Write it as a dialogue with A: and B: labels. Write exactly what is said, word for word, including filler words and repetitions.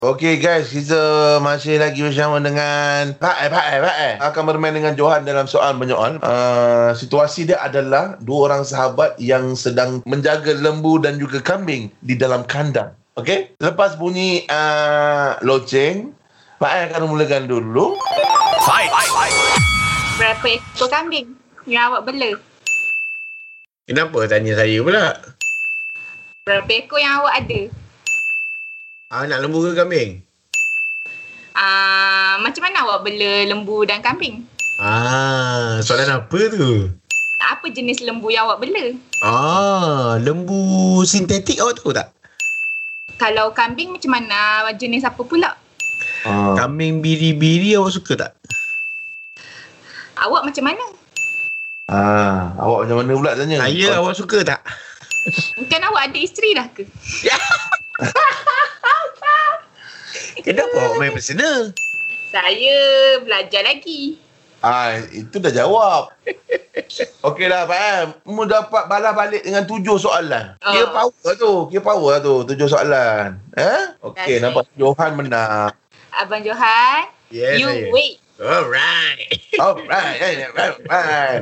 A: Okey guys, kita masih lagi bersama dengan Pak Eh, Pak Eh, Pak Eh akan bermain dengan Johan dalam soal menyoal. Uh, situasi dia adalah dua orang sahabat yang sedang menjaga lembu dan juga kambing di dalam kandang. Okey? Lepas bunyi uh, loceng, Pak Eh akan mulakan dulu.
B: Fight!
C: Berapa ekor kambing yang awak bela?
B: Kenapa tanya saya pula?
C: Berapa ekor yang awak ada?
B: Anak lembu ke kambing?
C: Uh, macam mana awak bela lembu dan kambing?
B: Ah, soalan apa tu?
C: Apa jenis lembu yang awak bela?
B: Ah, lembu sintetik awak tahu tak?
C: Kalau kambing macam mana? Jenis apa pula?
A: Uh.
B: Kambing biri-biri awak suka tak?
C: Awak macam mana?
A: Ah, awak macam mana pula tanya?
B: Saya awak suka tak?
C: Bukan awak ada isteri dah ke?
B: Kenapa awak main personal?
C: Saya belajar lagi.
A: Ah, itu dah jawab. Okeylah Pak Em, mu dapat balas balik dengan tujuh soalan.
C: Oh.
A: Kira power tu, kira power tu, tujuh soalan. Eh? Okey,
C: Okay.
A: nampak Johan menang.
C: Abang Johan,
B: Yes,
C: you
B: saya.
C: wait.
B: Alright.
A: Alright, right, right.